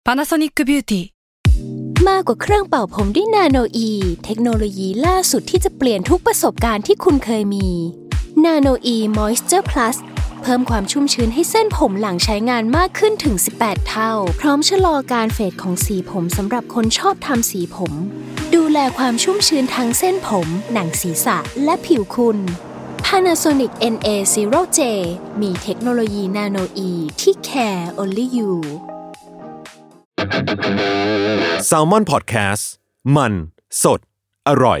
Panasonic Beauty มากกว่าเครื่องเป่าผมด้วยนาโนอีเทคโนโลยีล่าสุดที่จะเปลี่ยนทุกประสบการณ์ที่คุณเคยมีนาโนอีมอยส์เจอร์พลัสเพิ่มความชุ่มชื้นให้เส้นผมหลังใช้งานมากขึ้นถึง18เท่าพร้อมชะลอการเฟดของสีผมสำหรับคนชอบทำสีผมดูแลความชุ่มชื้นทั้งเส้นผมหนังศีรษะและผิวคุณ Panasonic NA0J มีเทคโนโลยีนาโนอีที่ care only you Salmon Podcast มันสดอร่อย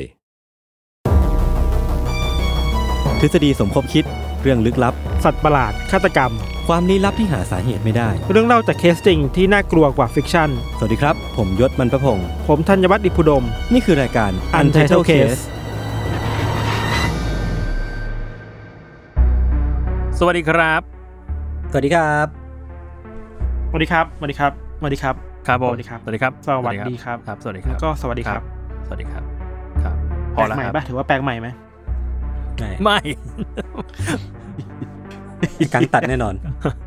ทฤษฎีสมคบคิดเรื่องลึกลับสัตว์ประหลาดฆาตกรรมความลี้ลับที่หาสาเหตุไม่ได้เรื่องเล่าจากเคสจริงที่น่ากลัวกว่าฟิกชั่นสวัสดีครับผมยศมันประพงษ์ผมธัญวัฒน์อิพุดมนี่คือรายการ Untitled Case สวัสดีครับสวัสดีครับสวัสดีครับสวัสดีครับสวัสดีครับครับผมสวัสดีครับสวัสดีครับสวัสดีครับครับสวัสดีครับก็สวัสดีครับสวัสดีครับครับพอแล้วครับถือว่าแปลกใหม่ไหมไม่การตัดแน่นอน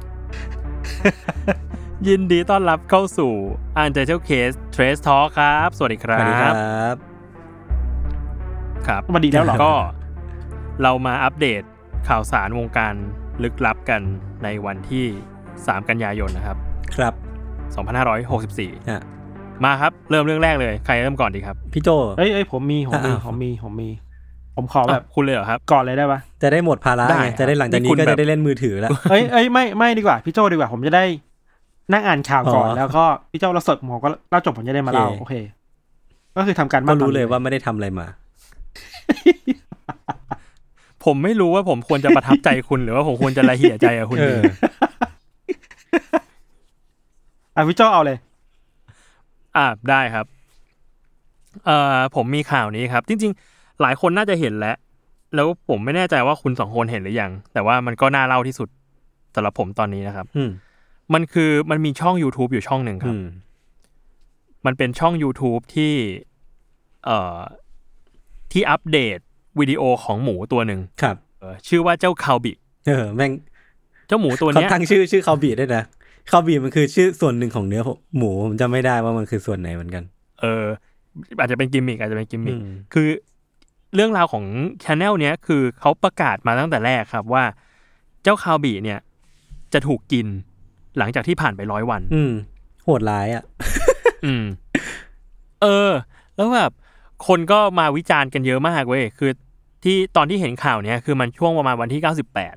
ยินดีต้อนรับเข้าสู่ Untitled Case Trace Talk ครับสวัสดีครับสวัสดีครับครับสวัสดีแล้วเหรอก็เรามาอัปเดตข่าวสารวงการลึกลับกันในวันที่3กันยายนนะครับครับ 2564มาครับเริ่มเรื่องแรกเลยใครเริ่มก่อนดีครับพี่โจเอ้ยผมขอแบบคุณเลยเหรอครับก่อนเลยได้ปะจะได้หมดภาระไงจะได้หลังจากนี้ก็จะได้เล่นมือถือแล้วเอ้ยไม่ดีกว่าพี่โจดีกว่าผมจะได้นั่งอ่านข่าวก่อนแล้วก็พี่โจเราสดหมอก็เล่าจบผมจะได้มาเล่าโอเคก็คือทำการบ้านก็รู้เลยว่าไม่ได้ทำอะไรมาผมไม่รู้ว่าผมควรจะประทับใจคุณหรือว่าผมควรจะละเหี่ยใจกับคุณดีพี่โจเอาเลยได้ครับผมมีข่าวนี้ครับจริงๆหลายคนน่าจะเห็นแล้วผมไม่แน่ใจว่าคุณ2คนเห็นหรือยังแต่ว่ามันก็น่าเล่าที่สุดสำหรับผมตอนนี้นะครับมันมีช่อง YouTube อยู่ช่องนึงครับมันเป็นช่อง YouTube ที่อัปเดตวิดีโอของหมูตัวนึงครับชื่อว่าเจ้าคาวบิแม่งเจ้าหมูตัวนี้เขาตั้งชื่อคาวบิด้วยนะคาวบิมันคือชื่อส่วนหนึ่งของเนื้อหมูผมจำไม่ได้ว่ามันคือส่วนไหนเหมือนกันอาจจะเป็นกิมมิคคือเรื่องราวของ channel เนี้ยคือเขาประกาศมาตั้งแต่แรกครับว่าเจ้าคาวบิเนี่ยจะถูกกินหลังจากที่ผ่านไป100 วันโหดร้ายอ่ะแล้วแบบคนก็มาวิจารณ์กันเยอะมากเว้ยคือที่ตอนที่เห็นข่าวเนี้ยคือมันช่วงประมาณวันที่98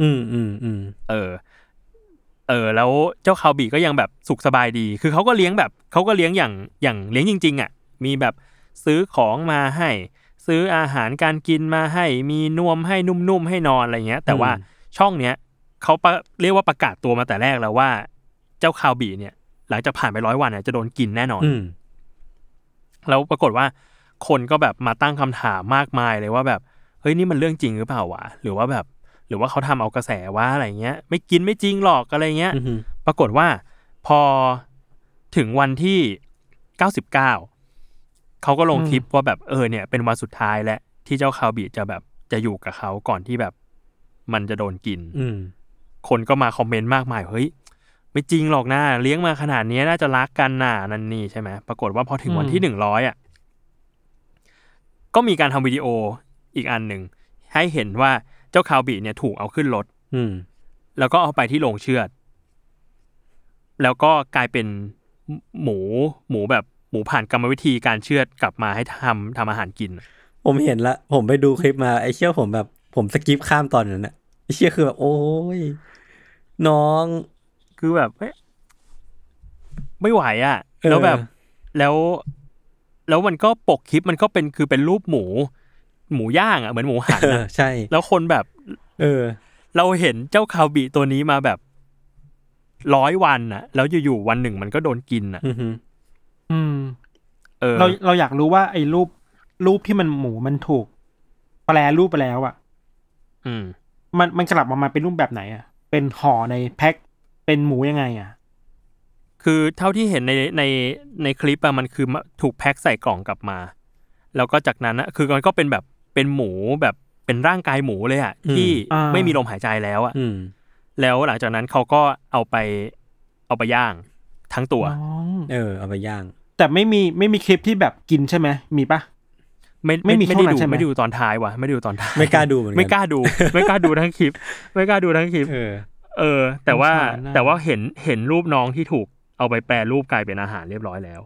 แล้วเจ้าคาวบิก็ยังแบบสุขสบายดีคือเขาก็เลี้ยงอย่างเลี้ยงจริงๆอ่ะมีแบบซื้อของมาให้ซื้ออาหารการกินมาให้มีนวมให้นุ่มๆให้นอนอะไรเงี้ยแต่ว่าช่องเนี้ยเขาเรียกว่าประกาศตัวมาแต่แรกแล้วว่าเจ้าคาวบิเนี่ยหลังจากผ่านไป100 วันเนี่ยจะโดนกินแน่นอนแล้วปรากฏว่าคนก็แบบมาตั้งคำถามมากมายเลยว่าแบบเฮ้ยนี่มันเรื่องจริงหรือเปล่าวะหรือว่าเขาทำเอากระแสว่าอะไรเงี้ยไม่กินไม่จริงหรอกอะไรเงี้ยปรากฏว่าพอถึงวันที่99เขาก็ลงคลิปว่าแบบเนี่ยเป็นวันสุดท้ายแล้วที่เจ้าคาวบิจะอยู่กับเขาก่อนที่แบบมันจะโดนกินคนก็มาคอมเมนต์มากมายเฮ้ยไม่จริงหรอกนะเลี้ยงมาขนาดนี้น่าจะรักกันน่ะนั่นนี่ใช่ไหมปรากฏว่าพอถึงวันที่100ก็มีการทำวิดีโออีกอันหนึ่งให้เห็นว่าเจ้าคาวบิเนี่ยถูกเอาขึ้นรถแล้วก็เอาไปที่โรงเชือดแล้วก็กลายเป็นหมูแบบหมูผ่านกรรมวิธีการเชือดกลับมาให้ทำอาหารกินผมเห็นละผมไปดูคลิปมาไอ้เชี่ยผมสกิปข้ามตอนนั้นน่ะไอ้เชี่ยคือแบบโอ้ยน้องคือแบบไม่ไหวอ่ะแล้วแบบแล้วมันก็ปกคลิปมันก็เป็นรูปหมูย่างอ่ะเหมือนหมูหันนะใช่แล้วคนแบบเราเห็นเจ้าคาวบิตัวนี้มาแบบ100 วันน่ะแล้วอยู่ๆวันหนึ่งมันก็โดนกินอ่ะเราอยากรู้ว่าไอ้รูปที่มันหมูมันถูกแปรรูปไปแล้วอ่ะมันกลับมาเป็นรูปแบบไหนอ่ะเป็นห่อในแพ็คเป็นหมูยังไงอ่ะคือเท่าที่เห็นในคลิปอะมันคือถูกแพ็คใส่กล่องกลับมาแล้วก็จากนั้นนะคือมันก็เป็นแบบเป็นหมูแบบเป็นร่างกายหมูเลยอ่ะที่ไม่มีลมหายใจแล้วอ่ะแล้วหลังจากนั้นเขาก็เอาไปย่างทั้งตัวเอาไปย่างแต่ไม่มีคลิปที่แบบกินใช่ไหมมีปะไม่มีช่วงนั้นใช่ไหมไม่ดูตอนท้ายว่ะไม่ดูตอนท้ายไม่กล้าดูเหมือนกันไม่กล้าดูทั้งคลิปแต่ว่าเห็นรูปน้องที่ถูกเอาไปแปรรูปกลายเป็นอาหารเรียบร้อยแล้ว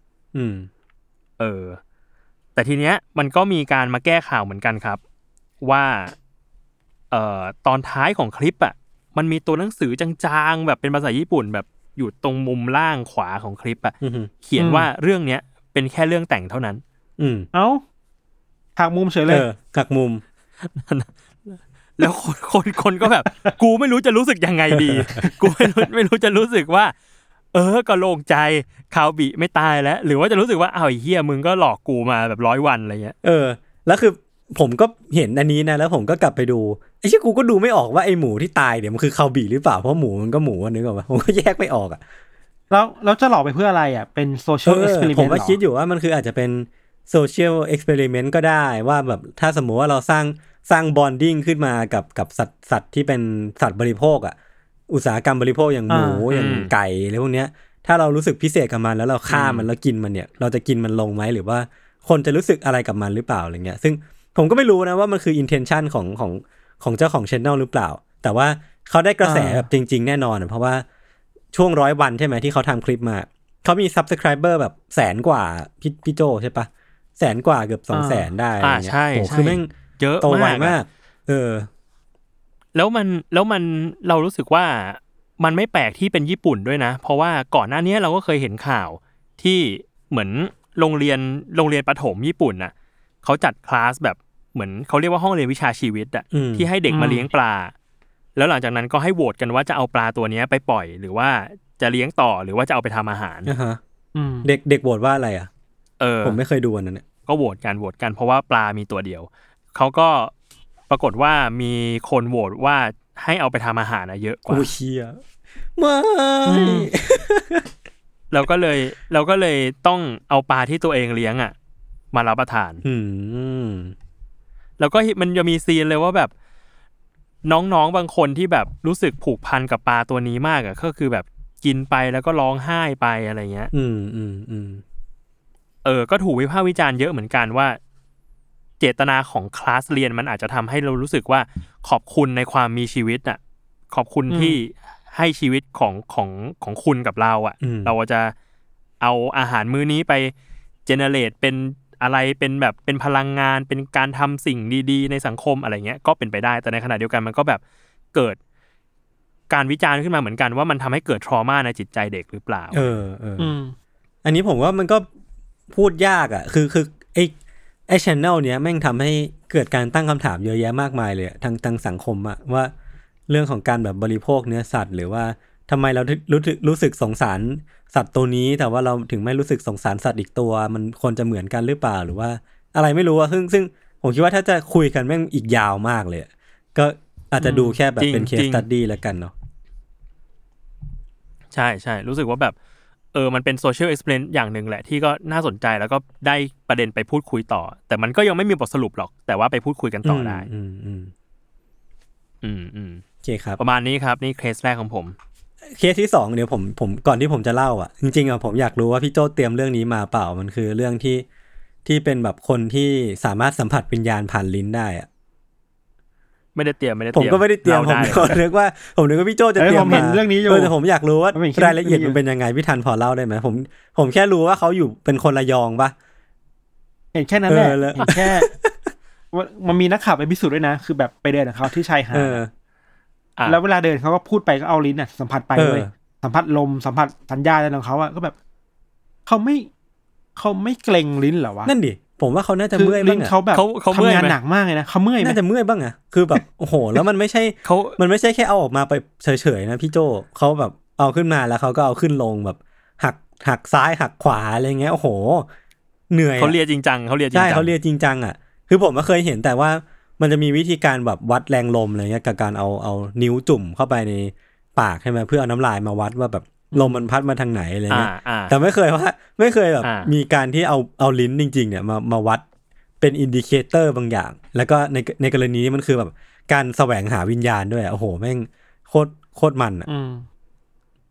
แต่ทีเนี้ยมันก็มีการมาแก้ข่าวเหมือนกันครับว่าตอนท้ายของคลิปอ่ะมันมีตัวหนังสือจางๆแบบเป็นภาษาญี่ปุ่นแบบอยู่ตรงมุมล่างขวาของคลิปอ่ะเขียนว่าเรื่องเนี้ยเป็นแค่เรื่องแต่งเท่านั้นเอ้าหักมุมเฉยเลยหักมุมแล้วคนก็แบบกูไม่รู้จะรู้สึกยังไงดีกูไม่รู้จะรู้สึกว่าก็โล่งใจคาวบิไม่ตายแล้วหรือว่าจะรู้สึกว่าอ้าวไอ้เหี้ยมึงก็หลอกกูมาแบบ100 วันอะไรเงี้ยแล้วคือผมก็เห็นอันนี้นะแล้วผมก็กลับไปดูไอ้เชี่ยกูก็ดูไม่ออกว่าไอ้หมูที่ตายเนี่ยมันคือคาวบิหรือเปล่าเพราะหมูมันก็หมูนึกออกป่ะผมก็แยกไม่ออกอ่ะแล้วจะหลอกไปเพื่ออะไรอ่ะเป็นโซเชียลเอ็กซ์เพริเมนต์ผมก็คิดอยู่ว่ามันคืออาจจะเป็นโซเชียลเอ็กซ์เพริเมนต์ก็ได้ว่าแบบถ้าสมมติว่าเราสร้างบอนดิ้งขึ้นมากับสัตว์ที่เป็นสัตว์บริโภคอ่ะอุตสาหกรรมบริโภคอย่างหมูอย่างไก่อะไรพวกเนี้ยถ้าเรารู้สึกพิเศษกับมันแล้วเราฆ่ามันแล้วกินมันเนี่ยเราจะกินมันลงไหมหรือว่าคนจะรู้สึกอะไรกับมันหรือเปล่าอะไรเงี้ยซึ่งผมก็ไม่รู้นะว่ามันคือ intention ของเจ้าของ channel หรือเปล่าแต่ว่าเขาได้กระแสแบบจริงๆแน่นอนเพราะว่าช่วง100 วันใช่ไหมที่เขาทำคลิปมาเขามี subscriber แบบ100,000 กว่าพี่โจใช่ปะ100,000 กว่าเกือบ200,000ได้อะไรเงี้ยโอ้คือแม่งเยอะโตไวมากแล้วมันเรารู้สึกว่ามันไม่แปลกที่เป็นญี่ปุ่นด้วยนะเพราะว่าก่อนหน้านี้เราก็เคยเห็นข่าวที่เหมือนโรงเรียนประถมญี่ปุ่นน่ะเขาจัดคลาสแบบเหมือนเขาเรียกว่าห้องเรียนวิชาชีวิตอ่ะที่ให้เด็กมาเลี้ยงปลาแล้วหลังจากนั้นก็ให้โหวตกันว่าจะเอาปลาตัวนี้ไปปล่อยหรือว่าจะเลี้ยงต่อหรือว่าจะเอาไปทำอาหารเด็กโหวตว่าอะไรอ่ะผมไม่เคยดูอันนั้นเนี่ยก็โหวตกันเพราะว่าปลามีตัวเดียวเขาก็ปรากฏว่ามีคนโหวตว่าให้เอาไปทำอาหารเยอะกว่าโอ้เชี่ยไม่เราก็เลยต้องเอาปลาที่ตัวเองเลี้ยงมารับประทานแล้วก็มันจะมีซีนเลยว่าแบบน้องๆบางคนที่แบบรู้สึกผูกพันกับปลาตัวนี้มากก็คือแบบกินไปแล้วก็ร้องไห้ไปอะไรเงี้ยก็ถูกวิพากษ์วิจารณ์เยอะเหมือนกันว่าเจตนาของคลาสเรียนมันอาจจะทำให้เรารู้สึกว่าขอบคุณในความมีชีวิตขอบคุณที่ให้ชีวิตของคุณกับเราเราจะเอาอาหารมื้อนี้ไปเจเนเรตเป็นอะไรเป็นแบบเป็นพลังงานเป็นการทำสิ่งดีๆในสังคมอะไรเงี้ยก็เป็นไปได้แต่ในขณะเดียวกันมันก็แบบเกิดการวิจารณ์ขึ้นมาเหมือนกันว่ามันทำให้เกิดทรอมาในจิตใจเด็กหรือเปล่าอันนี้ผมว่ามันก็พูดยากคือไอ้ channel เนี้ยแม่งทำให้เกิดการตั้งคำถามเยอะแยะมากมายเลยทางสังคมว่าเรื่องของการแบบบริโภคเนื้อสัตว์หรือว่าทำไมเรารู้สึกสงสารสัตว์ตัวนี้แต่ว่าเราถึงไม่รู้สึกสงสารสัตว์อีกตัวมันควรจะเหมือนกันหรือเปล่าหรือว่าอะไรไม่รู้ซึ่งผมคิดว่าถ้าจะคุยกันแม่งอีกยาวมากเลยก็อาจจะดูแค่แบบเป็น case study แล้วกันเนาะใช่รู้สึกว่าแบบมันเป็น social experiment อย่างนึงแหละที่ก็น่าสนใจแล้วก็ได้ประเด็นไปพูดคุยต่อแต่มันก็ยังไม่มีบทสรุปหรอกแต่ว่าไปพูดคุยกันต่อได้โอเคครับประมาณนี้ครับนี่เคสแรกของผมเคสที่2เดี๋ยวผมก่อนที่ผมจะเล่าจริงๆผมอยากรู้ว่าพี่โจ้เตรียมเรื่องนี้มาเปล่ามันคือเรื่องที่เป็นแบบคนที่สามารถสัมผัสวิญญาณผ่านลิ้นได้ไม่ได้เตรียมผมก็ไม่ได้เตรียมผมนึกว่าพี่โจ้จะเตรียมมาเรื่องนี้อยู่แต่ผมอยากรู้ว่ารายละเอียดมันเป็นยังไงพี่ทันพอเล่าได้ไหมผมแค่รู้ว่าเขาอยู่เป็นคนระยองปะเห็นแค่นั้นแหละเห็นแค่มันมีนักข่าวไปพิสูจน์ด้วยนะคือแบบไปเดินกับเขาที่ชายหาดแล้วเวลาเดินเขาก็พูดไปก็เอาลิ้นสัมผัสไปเลยสัมผัสลมสัมผัสสัญญาอะไรของเขาก็แบบเขาไม่เกร็งลิ้นเหรอวะนั่นดิผมว่าเขาน่าจะเมื่อยบ้างเขาแบบทำงานหนักมากเลยนะเขาเมื่อยน่าจะเมื่อยบ้างคือแบบโอ้โหแล้วมันไม่ใช่แค่เอาออกมาไปเฉยๆนะพี่โจเขาแบบเอาขึ้นมาแล้วเขาก็เอาขึ้นลงแบบหักซ้ายหักขวาอะไรเงี้ยโอ้โหเหนื่อยเขาเรียจริงจังใช่เขาเรียจริงจังคือผมก็เคยเห็นแต่ว่ามันจะมีวิธีการแบบวัดแรงลมอะไรเงี้ยกับการเอานิ้วจุ่มเข้าไปในปากใช่ไหมเพื่อเอาน้ำลายมาวัดว่าแบบลมมันพัดมาทางไหนอะไรเงี้ยแต่ไม่เคยแบบมีการที่เอาลิ้นจริงๆเนี่ยมาวัดเป็นอินดิเคเตอร์บางอย่างแล้วก็ในกรณีนี้มันคือแบบการแสวงหาวิญญาณด้วยโอ้โหแม่งโคตรมันจ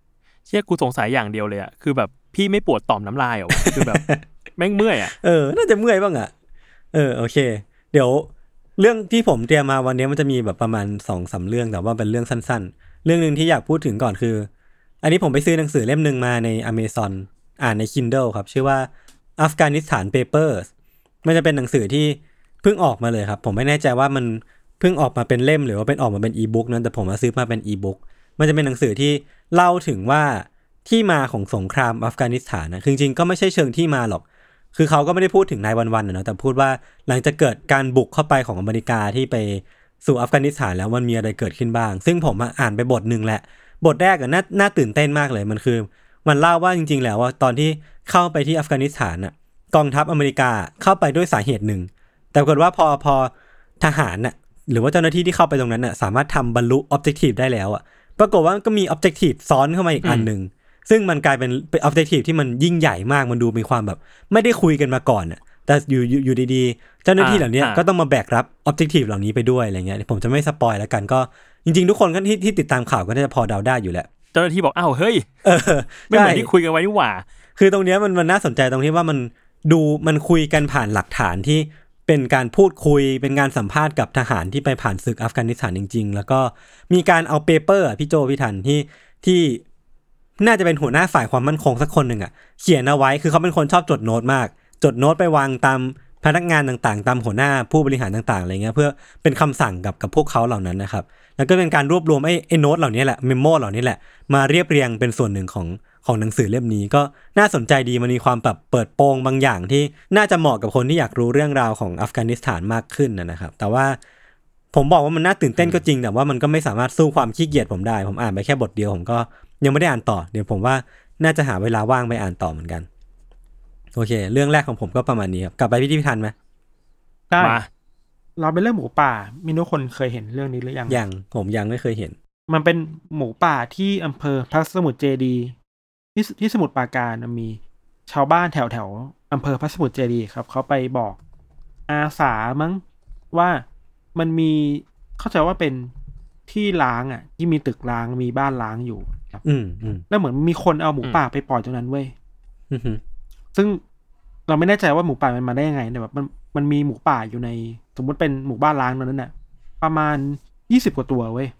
เชี่ยกูสงสัยอย่างเดียวเลยอ่ะคือแบบพี่ไม่ปวดต่อมน้ำลายเหรอ คือแบบแม่งเมื่อยอ่ะน่าจะเมื่อยบ้างอ่ะโอเคเดี๋ยวเรื่องที่ผมเตรียมมาวันนี้มันจะมีแบบประมาณ 2-3 เรื่องแต่ว่าเป็นเรื่องสั้นๆเรื่องนึงที่อยากพูดถึงก่อนคืออันนี้ผมไปซื้อหนังสือเล่มนึงมาใน Amazon อ่านใน Kindle ครับชื่อว่า Afghanistan Papers มันจะเป็นหนังสือที่เพิ่งออกมาเลยครับผมไม่แน่ใจว่ามันเพิ่งออกมาเป็นเล่มหรือว่าเป็นออกมาเป็นอีบุ๊กนั้นแต่ผมมาซื้อมาเป็นอีบุ๊กมันจะเป็นหนังสือที่เล่าถึงว่าที่มาของสงครามอัฟกานิสถานนะจริงๆก็ไม่ใช่เชิงที่มาหรอกคือเขาก็ไม่ได้พูดถึงนายวันๆนะแต่พูดว่าหลังจากเกิดการบุกเข้าไปของอเมริกาที่ไปสู่อัฟกานิสถานแล้วมันมีอะไรเกิดขึ้นบ้างซึ่งผมอ่านไปบทนึงแหละบทแรกน่าตื่นเต้นมากเลยมันคือมันเล่าว่าจริงๆแล้วว่าตอนที่เข้าไปที่อัฟกานิสถานน่ะกองทัพอเมริกาเข้าไปด้วยสาเหตุหนึ่งแต่ปรากฏว่าพอทหารน่ะหรือว่าเจ้าหน้าที่ที่เข้าไปตรงนั้นน่ะสามารถทำบรรลุ objective ได้แล้วอ่ะปรากฏว่าก็มี objective ซ้อนเข้ามาอีกอันนึงซึ่งมันกลายเป็น objective ที่มันยิ่งใหญ่มากมันดูมีความแบบไม่ได้คุยกันมาก่อนน่ะแต่อยู่ดีๆเจ้าหน้าที่เหล่านี้ก็ต้องมาแบกรับ objective เหล่านี้ไปด้วยอะไรเงี้ยผมจะไม่สปอยแล้วกันก็จริงๆทุกคนก็ที่ติดตามข่าวก็น่าจะพอเดาได้อยู่แหละเจ้าหน้าที่บอกอ้าวเฮ้ยไม่เหมือนที่คุยกันไว้นี่หว่าคือตรงนี้มันน่าสนใจตรงที่ว่ามันคุยกันผ่านหลักฐานที่เป็นการพูดคุยเป็นงานสัมภาษณ์กับทหารที่ไปผ่านศึกอัฟกานิสถานจริงๆแล้วก็มีการเอาเปเปอร์พี่โจพี่ทันที่น่าจะเป็นหัวหน้าฝ่ายความมั่นคงสักคนหนึ่งเขียนเอาไว้คือเขาเป็นคนชอบจดโน้ตมากจดโน้ตไปวางตามพนักงานต่างๆตามหัวหน้าผู้บริหารต่างๆอะไรเงี้ยเพื่อเป็นคำสั่งกับพวกเขาเหล่านั้นนะครับแล้วก็เป็นการรวบรวมไอ้โน้ตเหล่านี้แหละเมมโมเหล่านี้แหละมาเรียบเรียงเป็นส่วนหนึ่งของหนังสือเล่มนี้ก็น่าสนใจดีมันมีความแบบเปิดโปงบางอย่างที่น่าจะเหมาะกับคนที่อยากรู้เรื่องราวของอัฟกานิสถานมากขึ้นนะครับแต่ว่าผมบอกว่ามันน่าตื่นเต้นก็จริงแต่ว่ามันก็ไม่สามารถสู้ความขี้เกียจผมได้ผมอ่านไปแค่บทเดียวผมก็ยังไม่ได้อ่านต่อเดี๋ยวผมว่าน่าจะหาเวลาว่างไปอ่านต่อเหมือนกันโอเคเรื่องแรกของผมก็ประมาณนี้ครับกลับไปพี่ทันไหมได้เราเป็นเรื่องหมูป่ามีทุกคนเคยเห็นเรื่องนี้หรือยังผมยังไม่เคยเห็นมันเป็นหมูป่าที่อำเภอพระสมุทรเจดีย์ที่สมุทรปราการมีชาวบ้านแถวอำเภอพระสมุทรเจดีย์ครับเขาไปบอกอาสามั้งว่ามันมีเข้าใจว่าเป็นที่ล้างที่มีตึกล้างมีบ้านล้างอยู่ครับแล้วเหมือนมีคนเอาหมูป่าไปปล่อยตรงนั้นเว้ยซึ่งเราไม่แน่ใจว่าหมูป่ามันมาได้ยังไงแต่แบบมันมีหมูป่าอยู่ในสมมติเป็นหมู่บ้านล้างนั้นน่ะประมาณ20 กว่าตัวเว้ย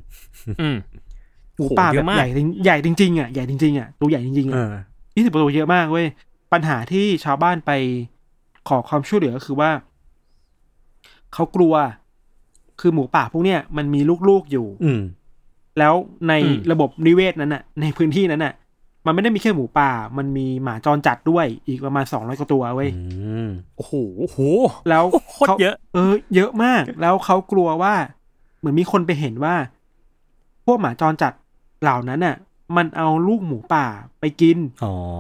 หมูป่าแบบใหญ่จริงๆใหญ่จริงๆตัวใหญ่จริงๆ20 กว่าตัวเยอะมากเว้ยปัญหาที่ชาวบ้านไปขอความช่วยเหลือก็คือว่าเขากลัวคือหมูป่าพวกเนี้ยมันมีลูกๆอยู่แล้วในระบบนิเวศนั้นน่ะในพื้นที่นั้นน่ะมันไม่ได้มีแค่หมูป่ามันมีหมาจรจัดด้วยอีกประมาณ200 กว่าตัวเว้ยโอ้โหแล้วโคตรเยอะเยอะมากแล้วเขากลัวว่าเหมือนมีคนไปเห็นว่าพวกหมาจรจัดเหล่านั้นน่ะมันเอาลูกหมูป่าไปกิน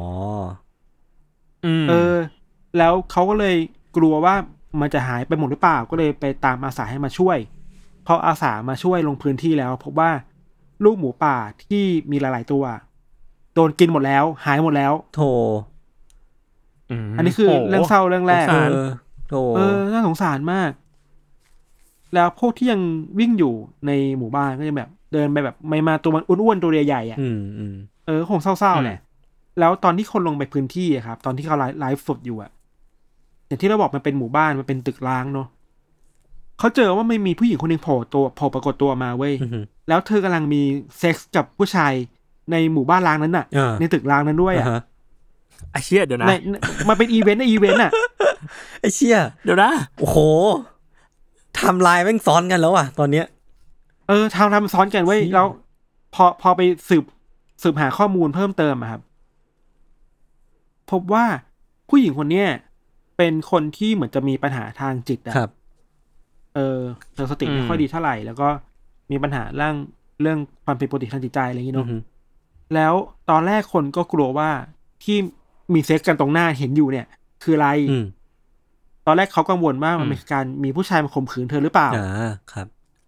แล้วเขาก็เลยกลัวว่ามันจะหายไปหมดหรือเปล่าก็เลยไปตามอาสาให้มาช่วยพออาสามาช่วยลงพื้นที่แล้วพบว่าลูกหมูป่าที่มีหลายๆตัวโดนกินหมดแล้วหายหมดแล้วโธ่อันนี้คือเรื่องเศร้าเรื่องแรกน่าสงสารมากแล้วพวกที่ยังวิ่งอยู่ในหมู่บ้านก็จะแบบเดินไปแบบไม่มาตัวมันอ้วนๆตัวใหญ่ๆคงเศร้าๆแหละแล้วตอนที่คนลงไปพื้นที่ครับตอนที่เขาไลฟ์สดอยู่อย่างที่เราบอกมันเป็นหมู่บ้านมันเป็นตึกร้างเนาะเขาเจอว่าไม่มีผู้หญิงคนนึงโผล่ปรากฏตัวมาเว้ยแล้วเธอกำลังมีเซ็กส์กับผู้ชายในหมู่บ้านร้างนั้นน่ะในตึกร้างนั้นด้วยไอ้เชี่ยเดี๋ยวนะมันเป็นอีเวนต์ไอ้เชี่ยเดี๋ยวนะโอ้โหไทม์ไลน์แม่งซ้อนกันแล้วตอนเนี้ยทำซ้อนกันเว้ยแล้วพอไปสืบหาข้อมูลเพิ่มเติมครับพบว่าผู้หญิงคนเนี้ยเป็นคนที่เหมือนจะมีปัญหาทางจิตครับเธอสติไม่ค่อยดีเท่าไหร่แล้วก็มีปัญหาเรื่องความผิดปกติทางจิตใจอะไรอย่างงี้เนาะแล้วตอนแรกคนก็กลัวว่าที่มีเซ็กซ์กันตรงหน้าเห็นอยู่เนี่ยคืออะไรตอนแรกเขากังวลว่ามันเป็นการมีผู้ชายมาข่มขืนเธอหรือเปล่าครับ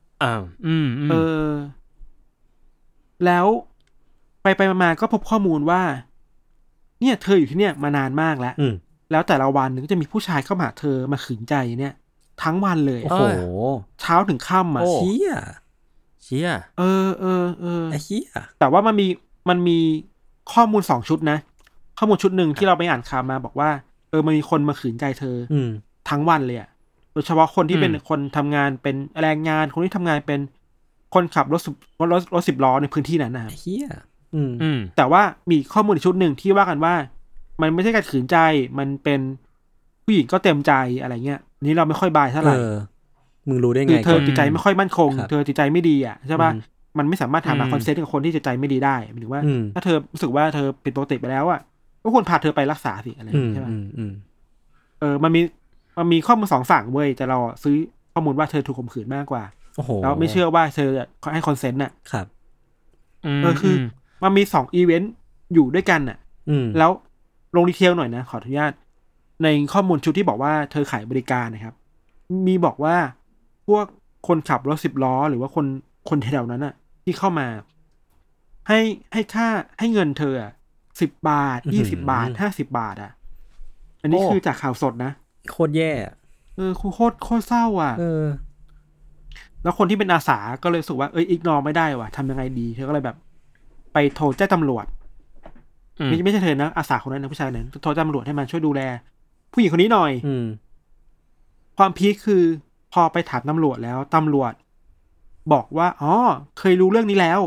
แล้วไปมาก็พบข้อมูลว่าเนี่ยเธออยู่ที่เนี่ยมานานมากแล้วแต่ละวันนึงก็จะมีผู้ชายเข้ามาเธอมาขืนใจเนี่ยทั้งวันเลยโอ้โหเช้าถึงค่ำเชี่ยไอ้เหี้ยแต่ว่ามันมีมันมีข้อมูล2ชุดนะข้อมูลชุดหนึ่งที่เราไปอ่านข่าวมาบอกว่ามันมีคนมาขืนใจเธอทั้งวันเลยอ่ะโดยเฉพาะคนที่เป็นคนทำงานเป็นแรงงานคนที่ทำงานเป็นคนขับรถ10 ล้อในพื้นที่นั้นนะครับเฮียแต่ว่ามีข้อมูลอีกชุดหนึ่งที่ว่ากันว่ามันไม่ใช่การขืนใจมันเป็นผู้หญิงก็เต็มใจอะไรเงี้ยนี้เราไม่ค่อยบายเท่าไหร่มึงรู้ได้ไงคือเธอจิตใจไม่ค่อยมั่นคงเธอจิตใจไม่ดีอ่ะใช่ป่ะมันไม่สามารถทำมาคอนเซนต์กับคนที่จิตใจไม่ดีได้หมายถึงว่าถ้าเธอรู้สึกว่าเธอผิดปกติไปแล้วอ่ะก็ควรพาเธอไปรักษาสิอะไรใช่ป่ะมันมีข้อมูล2ฝั่งเว้ยแต่เราซื้อข้อมูลว่าเธอถูกข่มขืนมากกว่าแล้วไม่เชื่อว่าเธอให้คอนเซนต์น่ะครับคือมันมี2อีเวนต์อยู่ด้วยกันน่ะแล้วลงดีเทลหน่อยนะขออนุญาตในข้อมูลชุดที่บอกว่าเธอขายบริการนะครับมีบอกว่าพวกคนขับรถ10 ล้อหรือว่าคนแถวนั้นน่ะที่เข้ามาให้ค่าให้เงินเธอ10 บาท20 บาท50 บาทอ่ะอันนี้คือจากข่าวสดนะโคตรแย่โคตรเศร้าอ่ะแล้วคนที่เป็นอาสาก็เลยรู้สึกว่าอิกนอร์ไม่ได้ว่ะทำยังไงดีเธอก็เลยแบบไปโทรแจ้งตำรวจไม่ใช่เธอนะอาสาคนนั้นนะผู้ชายนั้นโทรแจ้งตำรวจให้มันช่วยดูแลผู้หญิงคนนี้หน่อยความพีคคือพอไปถามตำรวจแล้วตำรวจบอกว่าเคยรู้เรื่องนี้แล้ว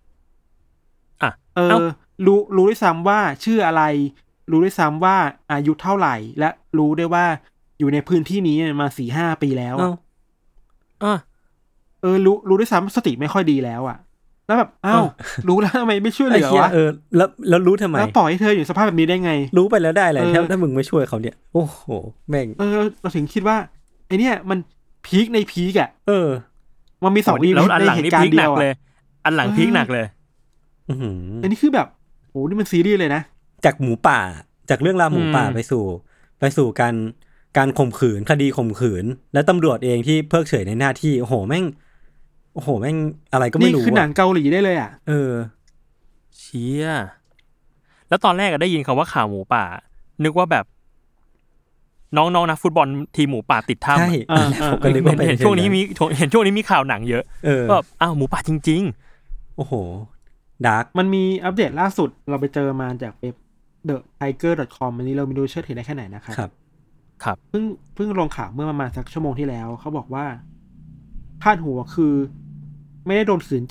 รู้ด้วยซ้ำว่าชื่ออะไรรู้ด้วยซ้ำว่าอายุเท่าไหร่และรู้ด้วยว่าอยู่ในพื้นที่นี้มา 4-5 ปีแล้วรู้ด้วยซ้ำสติไม่ค่อยดีแล้วอ่ะแล้วแบบรู้แล้วทำไมไม่ช่วยเหลือวะแล้วรู้ทำไมแล้วปล่อยให้เธออยู่สภาพแบบนี้ได้ไงรู้ไปแล้วได้อะไรถ้ามึงไม่ช่วยเขาเนี่ยโอ้โหแม่งเราถึงคิดว่าไอเนี่ยมันพีคในพีคอ่ะมันมี2อีเวนต์ในเหตุการณ์เดียวเลยอันหลังพีคหนักเลยอันนี้คือแบบโหนี่มันซีรีส์เลยนะจากหมูป่าจากเรื่องราวหมูป่าไปสู่การข่มขืนคดีข่มขืนและตำรวจเองที่เพิกเฉยในหน้าที่โอ้โหแม่งอะไรก็ไม่รู้นี่คือหนังเกาหลีได้เลยอ่ะเชี่ยแล้วตอนแรกได้ยินคำว่าข่าวหมูป่านึกว่าแบบน้องนักฟุตบอลทีมหมูป่าติดถ้ำใช่ผมก็นึกว่าเห็นช่วงนี้มีข่าวหนังเยอะแบบหมูป่าจริงๆโอ้โหดาร์กมันมีอัปเดตล่าสุดเราไปเจอมาจากเว็บ thetiger.com อันนี้เราไม่รู้เชื่อถือได้แค่ไหนนะครับเพิ่งลงข่าวเมื่อประมาณสักชั่วโมงที่แล้วเขาบอกว่าพาดหัวคือไม่ได้โดนขืนใจ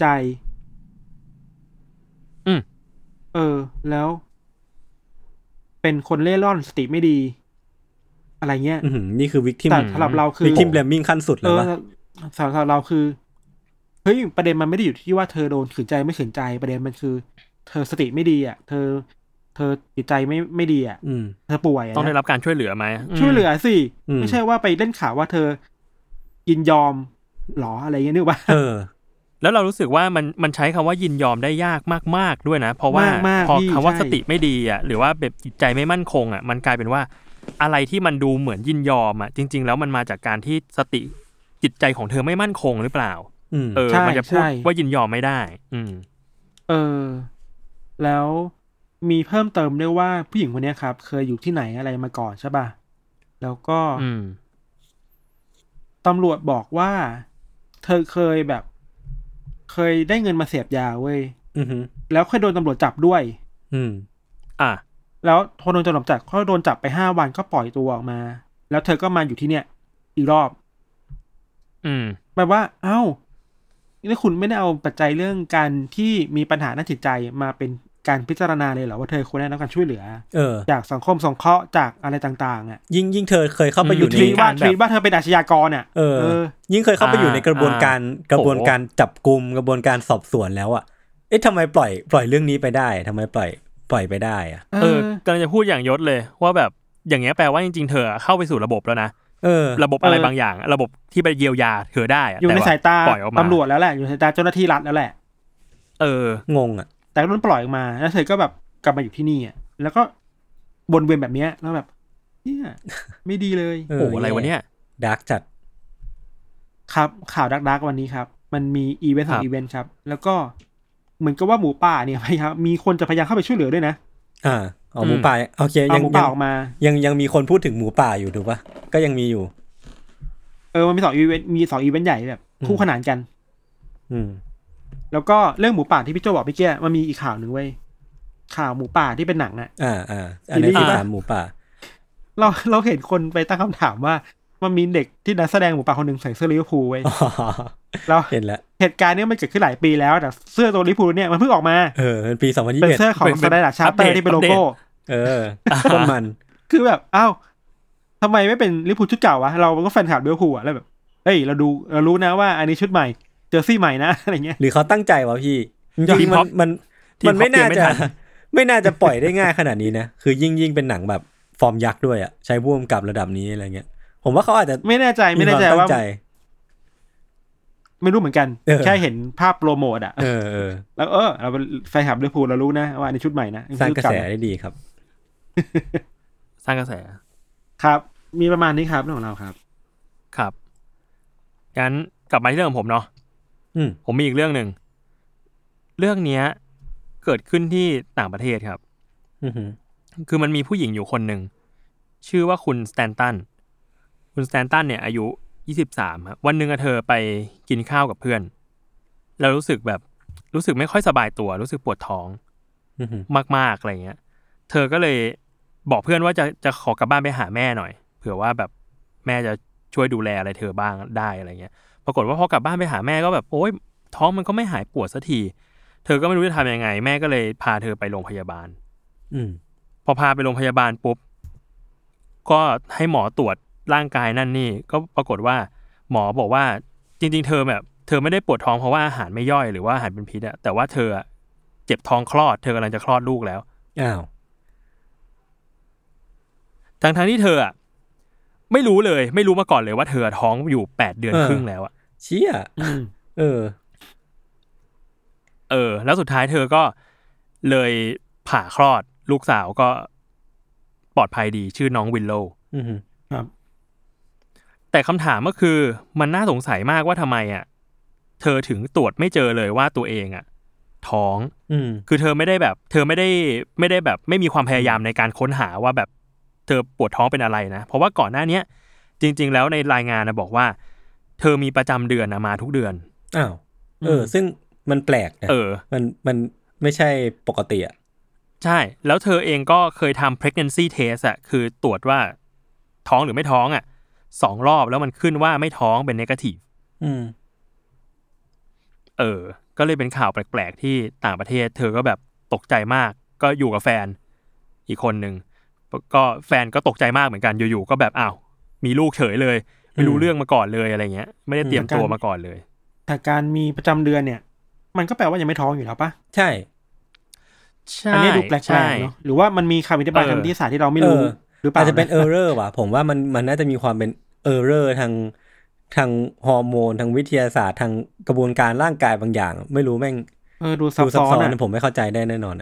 แล้วเป็นคนเล่ร่อนสติไม่ดีอะไรเงี้ยนี่คือวิกทิมแต่สำหรับเราคือวิกทิมแบลมมิ่งขั้นสุดแล้วสำหรับเราคือเฮ้ยประเด็นมันไม่ได้อยู่ที่ว่าเธอโดนขืนใจไม่ขืนใจประเด็นมันคือเธอสติไม่ดีอ่ะเธอจิตใจไม่ดีอ่ะเธอป่วยต้องได้รับการช่วยเหลือไหมช่วยเหลือสิไม่ใช่ว่าไปเล่นข่าวว่าเธอยินยอมหรออะไรเงี้ยนึกว่าแล้วเรารู้สึกว่ามันใช้คำว่ายินยอมได้ยากมากๆด้วยนะเพราะว่าพอคำว่าสติไม่ดีอ่ะหรือว่าแบบจิตใจไม่มั่นคงอ่ะมันกลายเป็นว่าอะไรที่มันดูเหมือนยินยอมอ่ะจริงๆแล้วมันมาจากการที่สติจิตใจของเธอไม่มั่นคงหรือเปล่ามันจะพูดว่ายินยอมไม่ได้แล้วมีเพิ่มเติมด้วยว่าผู้หญิงคนนี้ครับเคยอยู่ที่ไหนอะไรมาก่อนใช่ป่ะแล้วก็ตำรวจบอกว่าเธอเคยได้เงินมาเสพยาเว้ยแล้วเคยโดนตำรวจจับด้วยแล้วพอโดนตำรวจจับเขาโดนจับไป5 วันก็ปล่อยตัวออกมาแล้วเธอก็มาอยู่ที่เนี่ยอีกรอบแปลว่านี่คุณไม่ได้เอาปัจจัยเรื่องการที่มีปัญหาด้านจิตใจมาเป็นการพิจารณาเลยเหรอว่าเธอควรได้รับการช่วยเหลือจากสังคมสงเคราะห์จากอะไรต่างๆอ่ะยิ่งเธอเคยเข้าไปอยู่ในการว่าเธอเป็นอาชญากรอ่ะยิ่งเคยเข้าไปอยู่ในกระบวนการจับกุมกระบวนการสอบสวนแล้วอ่ะทำไมปล่อยเรื่องนี้ไปได้ทำไมปล่อยไปได้อ่ะกำลังจะพูดอย่างยศเลยว่าแบบอย่างเงี้ยแปลว่าจริงๆเธอเข้าไปสู่ระบบแล้วนะระบบอะไรบางอย่างระบบที่ไปเยียวยาเธอได้อยู่ในสายตาตำรวจแล้วแหละอยู่ในสายตาเจ้าหน้าที่รัฐแล้วแหละงงอ่ะแต่ก็โดนปล่อยออกมาแล้วเธอก็แบบกลับมาอยู่ที่นี่อ่ะแล้วก็วนเวียนแบบเนี้ยแล้วแบบเนี่ยไม่ดีเลยโอ้อะไรวะเนี่ยดาร์กจัดครับข่าวดาร์กวันนี้ครับมันมีอีเวนต์2 อีเวนต์ครับแล้วก็เหมือนกับว่าหมูป่าเนี่ยพยายามมีคนจะพยายามเข้าไปช่วยเหลือด้วยนะหมูป่าโอเคยังออกมายังมีคนพูดถึงหมูป่าอยู่ถูกป่ะก็ยังมีอยู่มันมี2 อีเวนต์ใหญ่แบบคู่ขนานกันแล้วก็เรื่องหมูป่าที่พี่โจบอกเมื่อกี้มันมีอีกข่าวหนึ่งเว้ยข่าวหมูป่าที่เป็นหนังอ่ะอันนี้คือถามหมูป่าเราเห็นคนไปตั้งคำถามว่ามันมีเด็กที่นักแสดงหมูป่าคนหนึ่งใส่เสื้อลิเวอร์พูลเว้ยเราเห็นแล้วเหตุการณ์นี้มันเกิดขึ้นหลายปีแล้วแต่เสื้อตัวลิเวอร์พูลเนี่ยมันเพิ่งออกมาเป็นปี2021 เป็นเสื้อของสไตล์ดักชาร์เตอร์ที่เป็นโลโก้ต้นมันคือแบบอ้าวทำไมไม่เป็นลิเวอร์พูลชุดเก่าวะเราก็แฟนคลับลิเวอร์พูลอะแล้วแบบเฮ้ยเรารู้นะว่าอันนี้ชุดใหม่เจอร์ซี่ใหม่นะอะไรเงี้ยหรือเขาตั้งใจวะพี่จริงๆมันไม่น่าจะปล่อยได้ง่ายขนาดนี้นะคือยิ่งเป็นหนังแบบฟอร์มยักษ์ด้วยอ่ะใช้ผู้กำกับระดับนี้อะไรเงี้ยผมว่าเขาอาจจะไม่แน่ใจว่าไม่รู้เหมือนกันแค่เห็นภาพโปรโมทอ่ะแล้วเราเป็นแฟนคลับลิเวอร์พูลเรารู้นะว่าอันนี้ชุดใหม่นะสร้างกระแสได้ดีครับสร้างกระแสครับมีประมาณนี้ครับเรื่องของเราครับงั้นกลับมาที่เรื่องของผมเนาะผมมีอีกเรื่องนึงเรื่องเนี้ยเกิดขึ้นที่ต่างประเทศครับคือมันมีผู้หญิงอยู่คนหนึ่งชื่อว่าคุณสแตนตันเนี่ยอายุ23ครับวันนึงเธอไปกินข้าวกับเพื่อนแล้วรู้สึกไม่ค่อยสบายตัวรู้สึกปวดท้องมากๆอะไรเงี้ยเธอก็เลยบอกเพื่อนว่าจะขอกลับบ้านไปหาแม่หน่อยเผื่อว่าแบบแม่จะช่วยดูแลอะไรเธอบ้างได้อะไรเงี้ยปรากฏว่าพอกลับบ้านไปหาแม่ก็แบบโอ๊ยท้องมันก็ไม่หายปวดสักทีเธอก็ไม่รู้จะทำยังไงแม่ก็เลยพาเธอไปโรงพยาบาลพอพาไปโรงพยาบาลปุ๊บก็ให้หมอตรวจร่างกายนั่นนี่ก็ปรากฏว่าหมอบอกว่าจริงๆเธอไม่ได้ปวดท้องเพราะว่าอาหารไม่ย่อยหรือว่าอาหารเป็นพิษอะแต่ว่าเธอเจ็บท้องคลอดเธอกำลังจะคลอดลูกแล้วอ้าวทั้งที่เธอไม่รู้มาก่อนเลยว่าเธอท้องอยู่8 เดือนครึ่งแล้วอะเชี่ยแล้วสุดท้ายเธอก็เลยผ่าคลอดลูกสาวก็ปลอดภัยดีชื่อน้องวิลโลครับแต่คำถามก็คือมันน่าสงสัยมากว่าทำไมเธอถึงตรวจไม่เจอเลยว่าตัวเองท้องคือเธอไม่ได้แบบไม่มีความพยายามในการค้นหาว่าแบบเธอปวดท้องเป็นอะไรนะเพราะว่าก่อนหน้านี้จริงๆแล้วในรายงานบอกว่าเธอมีประจำเดือนมาทุกเดือนอ้าวซึ่งมันแปลกนะมันไม่ใช่ปกติใช่แล้วเธอเองก็เคยทำ pregnancy test คือตรวจว่าท้องหรือไม่ท้อง2 รอบแล้วมันขึ้นว่าไม่ท้องเป็น negative ก็เลยเป็นข่าวแปลกๆที่ต่างประเทศเธอก็แบบตกใจมากก็อยู่กับแฟนอีกคนนึงก็แฟนก็ตกใจมากเหมือนกันอยู่ๆก็แบบอ้าวมีลูกเฉยเลยไม่รู้เรื่องมาก่อนเลยอะไรเงี้ยไม่ได้เตรียมตัวมาก่อนเลยแต่การมีประจำเดือนเนี่ยมันก็แปลว่ายังไม่ท้องอยู่แล้วปะใช่อันนี้ดูแปลกๆเนาะหรือว่ามันมีคำอธิบายทางวิทยาศาสตร์ที่เราไม่รู้หรือเปล่าอาจจะเป็น error ว่ะผมว่ามันน่าจะมีความเป็น error ทางฮอร์โมนทางวิทยาศาสตร์ทางกระบวนการร่างกายบางอย่างไม่รู้แม่งดูซับซ้อนผมไม่เข้าใจได้แน่นอน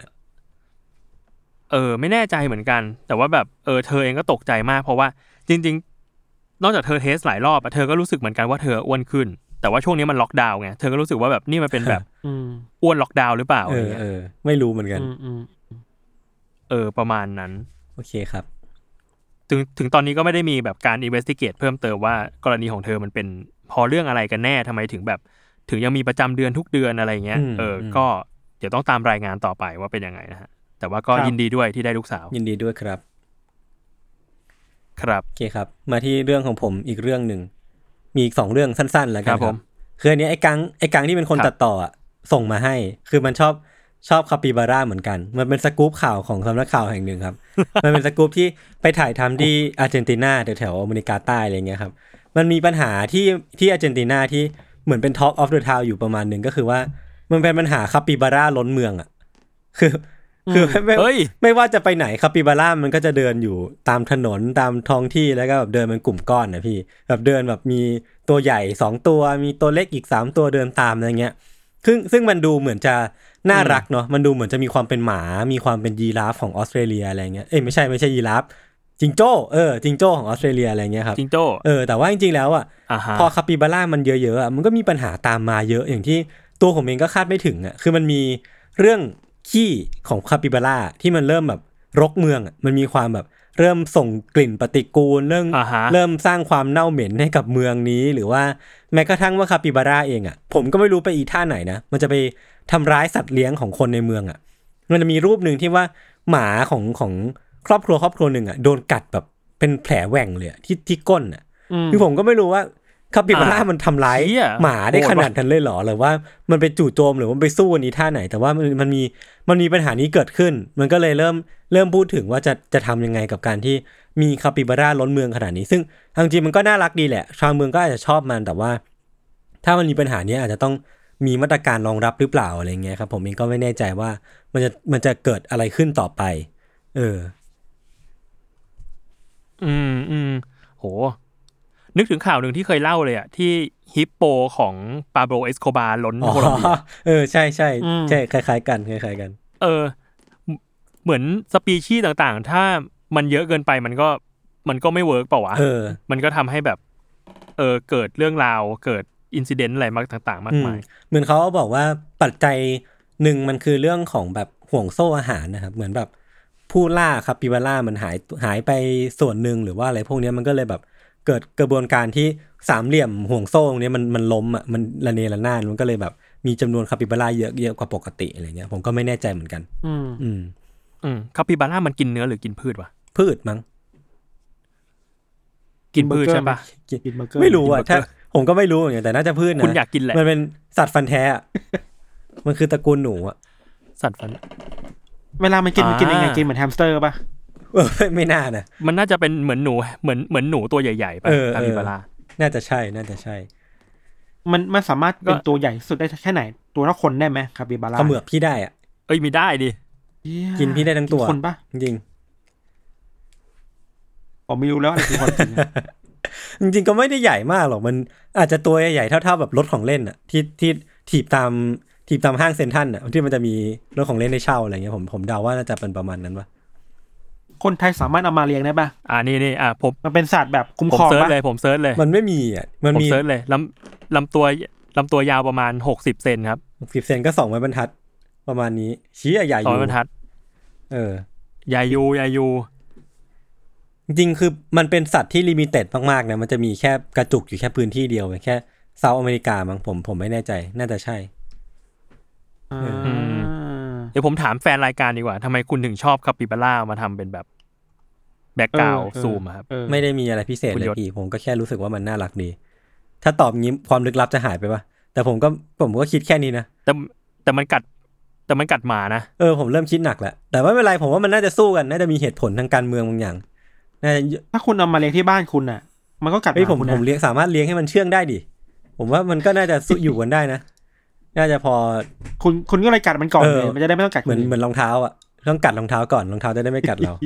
ไม่แน่ใจเหมือนกันแต่ว่าแบบเธอเองก็ตกใจมากเพราะว่าจริงๆนอกจากเธอเทสหลายรอบเธอก็รู้สึกเหมือนกันว่าเธออ้วนขึ้นแต่ว่าช่วงนี้มันล็อกดาวน์ไงเธอก็รู้สึกว่าแบบนี่มันเป็นแบบอ้วนล็อกดาวน์หรือเปล่าอะไรเงี้ยไม่รู้เหมือนกันประมาณนั้นโอเคครับถึงตอนนี้ก็ไม่ได้มีแบบการ investigate เพิ่มเติมว่ากรณีของเธอมันเป็นพอเรื่องอะไรกันแน่ทำไมถึงแบบถึงยังมีประจำเดือนทุกเดือนอะไรเงี้ยก็เดี๋ยวต้องตามรายงานต่อไปว่าเป็นยังไงนะฮะแต่ว่าก็ยินดีด้วยที่ได้ลูกสาวยินดีด้วยครับครับโอเคครับมาที่เรื่องของผมอีกเรื่องนึงมีอีก2เรื่องสั้นๆแล้วกันครับคืออันนี้ไอ้กังที่เป็นคนตัดต่อส่งมาให้คือมันชอบคาปิบาร่าเหมือนกันมันเป็นสกู๊ปข่าวของสำนักข่าวแห่งหนึ่งครับ มันเป็นสกู๊ปที่ไปถ่ายทำที่อาร์เจนตินาแถวอเมริกาใต้อะไรเงี้ยครับมันมีปัญหาที่อาร์เจนตินาที่เหมือนเป็น Talk of the Town อยู่ประมาณนึงก็คือว่ามันเป็นปัญหาคาปิบาร่าล้นเมืองคือไม่ว่าจะไปไหนคาปิบาร่ามันก็จะเดินอยู่ตามถนนตามท้องที่แล้วก็แบบเดินเป็นกลุ่มก้อนนะพี่แบบเดินแบบมีตัวใหญ่2ตัวมีตัวเล็กอีก3ตัวเดินตามอะไรเงี้ยซึ่งมันดูเหมือนจะน่ารักเนาะมันดูเหมือนจะมีความเป็นหมามีความเป็นยีราฟของออสเตรเลียอะไรเงี้ยไม่ใช่ยีราฟจิงโจ้จิงโจ้ของออสเตรเลียอะไรเงี้ยครับจิงโจ้แต่ว่าจริงๆแล้วพอคาปิบาร่ามันเยอะๆมันก็มีปัญหาตามมาเยอะอย่างที่ตัวผมเองก็คาดไม่ถึงคือมันมีเรื่องขี้ของคาปิบาร่าที่มันเริ่มแบบรกเมืองอ่ะมันมีความแบบเริ่มส่งกลิ่นปฏิกูลเริ่มสร้างความเน่าเหม็นให้กับเมืองนี้หรือว่าแม้กระทั่งว่าคาปิบาร่าเองอ่ะผมก็ไม่รู้ไปอีท่าไหนนะมันจะไปทำร้ายสัตว์เลี้ยงของคนในเมืองอ่ะมันจะมีรูปนึงที่ว่าหมาของครอบครัวนึงอ่ะโดนกัดแบบเป็นแผลแหว่งเลยที่ก้นอ่ะคือผมก็ไม่รู้ว่าคาปิบาร่ามันทำร้ายหมาได้ขนาดนั้นเลยเหรอหรือว่ามันไปจู่โจมหรือว่าไปสู้อันนี้ท่าไหนแต่ว่ามันมีปัญหานี้เกิดขึ้นมันก็เลยเริ่มพูดถึงว่าจะทำยังไงกับการที่มีคาปิบาร่าล้นเมืองขนาดนี้ซึ่งจริงๆมันก็น่ารักดีแหละชาวเมืองก็อาจจะชอบมันแต่ว่าถ้ามันมีปัญหานี้อาจจะต้องมีมาตรการรองรับหรือเปล่าอะไรเงี้ยครับผมเองก็ไม่แน่ใจว่ามันจะเกิดอะไรขึ้นต่อไปโหนึกถึงข่าวหนึ่งที่เคยเล่าเลยอ่ะที่ฮิปโปของปาโบรเอสโคบาล้นโคลอมเบียใช่ใช่ใช่คล้ายๆกันเหมือนสปีชีส์ต่างๆถ้ามันเยอะเกินไปมันก็ไม่เวิร์กเปล่าวะมันก็ทำให้แบบเกิดเรื่องราวเกิดอินซิเดนต์อะไรมากต่างๆมากมายเหมือนเขาบอกว่าปัจจัยหนึ่งมันคือเรื่องของแบบห่วงโซ่อาหารนะครับเหมือนแบบผู้ล่าคาปิบาร่ามันหายไปส่วนหนึ่งหรือว่าอะไรพวกนี้มันก็เลยแบบเกิดกระบวนการที่สามเหลี่ยมห่วงโซ่ตรงนี้มันล้มอ่ะมันระเนระนาดมันก็เลยแบบมีจำนวนคาปิบาร่าเยอะกว่าปกติอะไรเงี้ยผมก็ไม่แน่ใจเหมือนกันคาปิบาร่ามันกินเนื้อหรือกินพืชวะพืชมั้งกินพืชใช่ปะไม่รู้อ่ะถ้าผมก็ไม่รู้อย่างแต่น่าจะพืชนะคุณอยากกินแหละมันเป็นสัตว์ฟันแท้มันคือตระกูลหนูอ่ะสัตว์ฟันเวลามันกินยังไงกินเหมือนแฮมสเตอร์ป่ะไม่น่านะมันน่าจะเป็นเหมือนหนูเหมือนหนูตัวใหญ่ๆป่ะคาปิบาร่าน่าจะใช่มันสามารถเป็นตัวใหญ่สุดได้แค่ไหนตัวเท่าคนได้ไหมคาปิบาร่าเขมือบพี่ได้อ่ะมีได้ดิกินพี่ได้ทั้งตัวคนป่ะจริงผมไม่รู้แล้วอะไรคือคนจริงก็ไม่ได้ใหญ่มากหรอกมันอาจจะตัวใหญ่เท่าๆแบบรถของเล่นอ่ะที่ถีบตามห้างเซ็นทรัลอ่ะที่มันจะมีรถของเล่นให้เช่าอะไรเงี้ยผมเดาว่าน่าจะเป็นประมาณนั้นป่ะคนไทยสามารถเอามาเลี้ยงได้ป่ะนี่ผมมันเป็นสัตว์แบบคุ้มครองป่ะผมเซิร์ชเลยมันไม่มีอ่ะมันมีผมเซิร์ชเลยลำตัวยาวประมาณ60เซนครับ 60เซนก็2ไม้บรรทัดประมาณนี้ชี้ใหญ่ๆอยู่ 2ไม้บรรทัดใหญ่อยู่จริงๆคือมันเป็นสัตว์ที่ลิมิเต็ดมากๆนะมันจะมีแค่กระจุกอยู่แค่พื้นที่เดียวแค่เซาท์อเมริกามั้งผมไม่แน่ใจน่าจะใช่เดี๋ยวผมถามแฟนรายการดีกว่าทำไมคุณถึงชอบคาปิบาร่ามาทำเป็นแบบแบ็คกราวด์ซูมครับไม่ได้มีอะไรพิเศษเลยพี่ผมก็แค่รู้สึกว่ามันน่ารักดีถ้าตอบงี้ความลึกลับจะหายไปป่ะแต่ผมก็คิดแค่นี้นะแต่มันกัดหมานะผมเริ่มคิดหนักแล้วแต่ไม่เป็นไรผมว่ามันน่าจะสู้กันน่าจะมีเหตุผลทางการเมืองบางอย่างน่าจะถ้าคุณเอามาเลี้ยงที่บ้านคุณน่ะมันก็กัดหมาผมเลี้ยงสามารถเลี้ยงให้มันเชื่องได้ดิผมว่ามันก็น่าจะสู้อยู่กันได้นะน่าจะพอคุณก็เลยกัดมันก่อนเลยมันจะได้ไม่ต้องกัดเหมือนรองเท้าอ่ะต้องกัดรองเท้าก่อนรองเท้าจะได้ไม่กัดเรา